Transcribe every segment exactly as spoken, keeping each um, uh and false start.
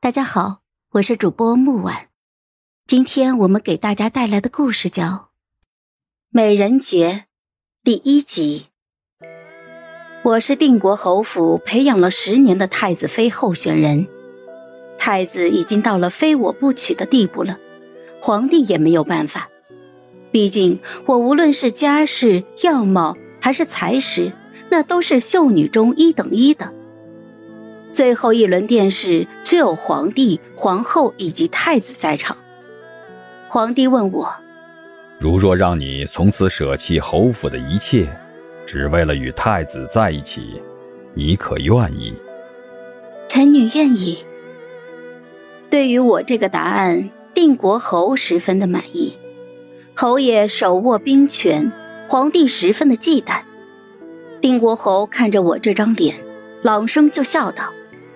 大家好，我是主播木婉。今天我们给大家带来的故事叫《美人节》第一集。我是定国侯府培养了十年的太子妃候选人，太子已经到了非我不娶的地步了，皇帝也没有办法。毕竟我无论是家世、样貌还是才识，那都是秀女中一等一的。最后一轮殿试只有皇帝、皇后以及太子在场。皇帝问我， 如若让你从此舍弃侯府的一切，只为了与太子在一起，你可愿意？ 臣女愿意。对于我这个答案，定国侯十分的满意。侯爷手握兵权，皇帝十分的忌惮。定国侯看着我这张脸，朗声就笑道，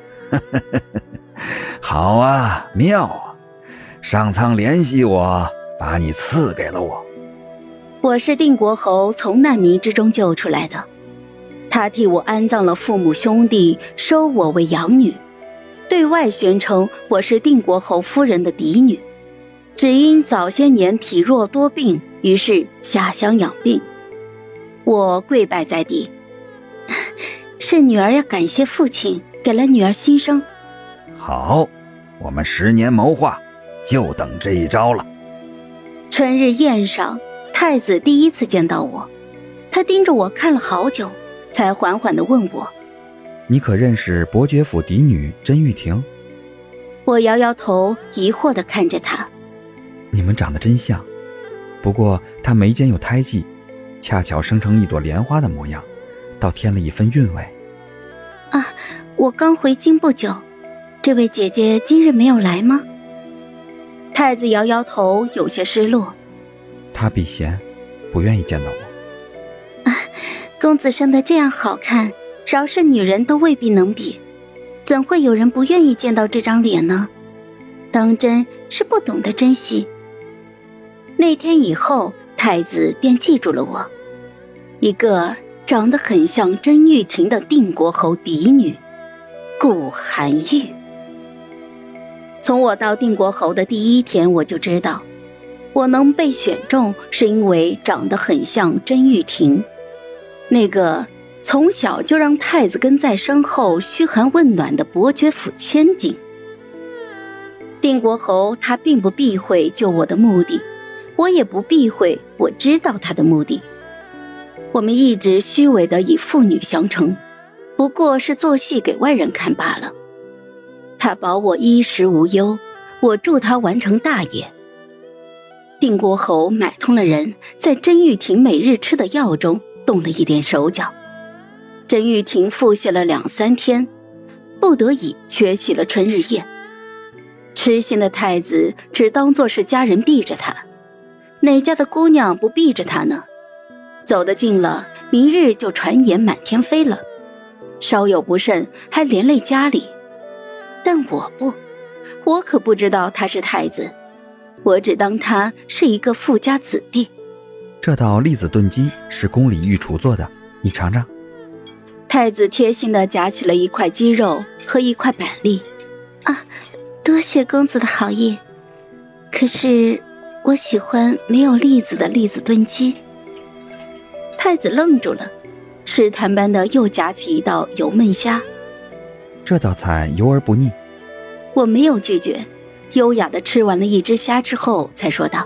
好啊，妙啊，上苍怜惜我，把你赐给了我。 我是定国侯从难民之中救出来的，他替我安葬了父母兄弟，收我为养女，对外宣称我是定国侯夫人的嫡女，只因早些年体弱多病，于是下乡养病。我跪拜在地，是女儿要感谢父亲给了女儿新生。 好，我们十年谋划，就等这一招了。 春日宴上，太子第一次见到我，他盯着我看了好久，才缓缓地问我， 你可认识伯爵府嫡女甄玉婷？ 我摇摇头，疑惑地看着他。 你们长得真像，不过她眉间有胎记，恰巧生成一朵莲花的模样，倒添了一分韵味。 啊，我刚回京不久，这位姐姐今日没有来吗？太子摇摇头，有些失落。 她避嫌，不愿意见到我。 啊，公子生得这样好看，饶是女人都未必能比，怎会有人不愿意见到这张脸呢？当真是不懂得珍惜。那天以后，太子便记住了我，一个长得很像甄玉婷的定国侯嫡女顾寒玉。从我到定国侯的第一天，我就知道我能被选中是因为长得很像甄玉婷，那个从小就让太子跟在身后嘘寒问暖的伯爵府千金。定国侯他并不避讳救我的目的，我也不避讳我知道他的目的。我们一直虚伪的以父女相称，不过是做戏给外人看罢了。他保我衣食无忧，我助他完成大业。定国侯买通了人，在甄玉婷每日吃的药中动了一点手脚。甄玉婷腹泻了两三天，不得已缺席了春日宴。痴心的太子只当作是家人避着他，哪家的姑娘不避着他呢？走得近了，明日就传言满天飞了，稍有不慎还连累家里。但我不，我可不知道他是太子，我只当他是一个富家子弟。 这道栗子炖鸡是宫里御厨做的，你尝尝。 太子贴心地夹起了一块鸡肉和一块板栗。啊，多谢公子的好意，可是我喜欢没有栗子的栗子炖鸡。太子愣住了，试探般的又夹起一道油焖虾。 这道菜油而不腻。 我没有拒绝，优雅地吃完了一只虾之后才说道，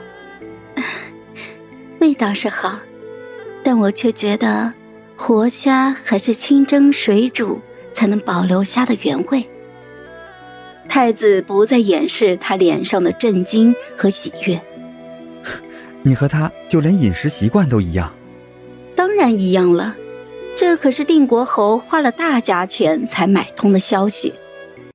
味道是好，但我却觉得活虾还是清蒸水煮才能保留虾的原味。太子不再掩饰他脸上的震惊和喜悦。 你和他就连饮食习惯都一样。 当然一样了，这可是定国侯花了大价钱才买通的消息。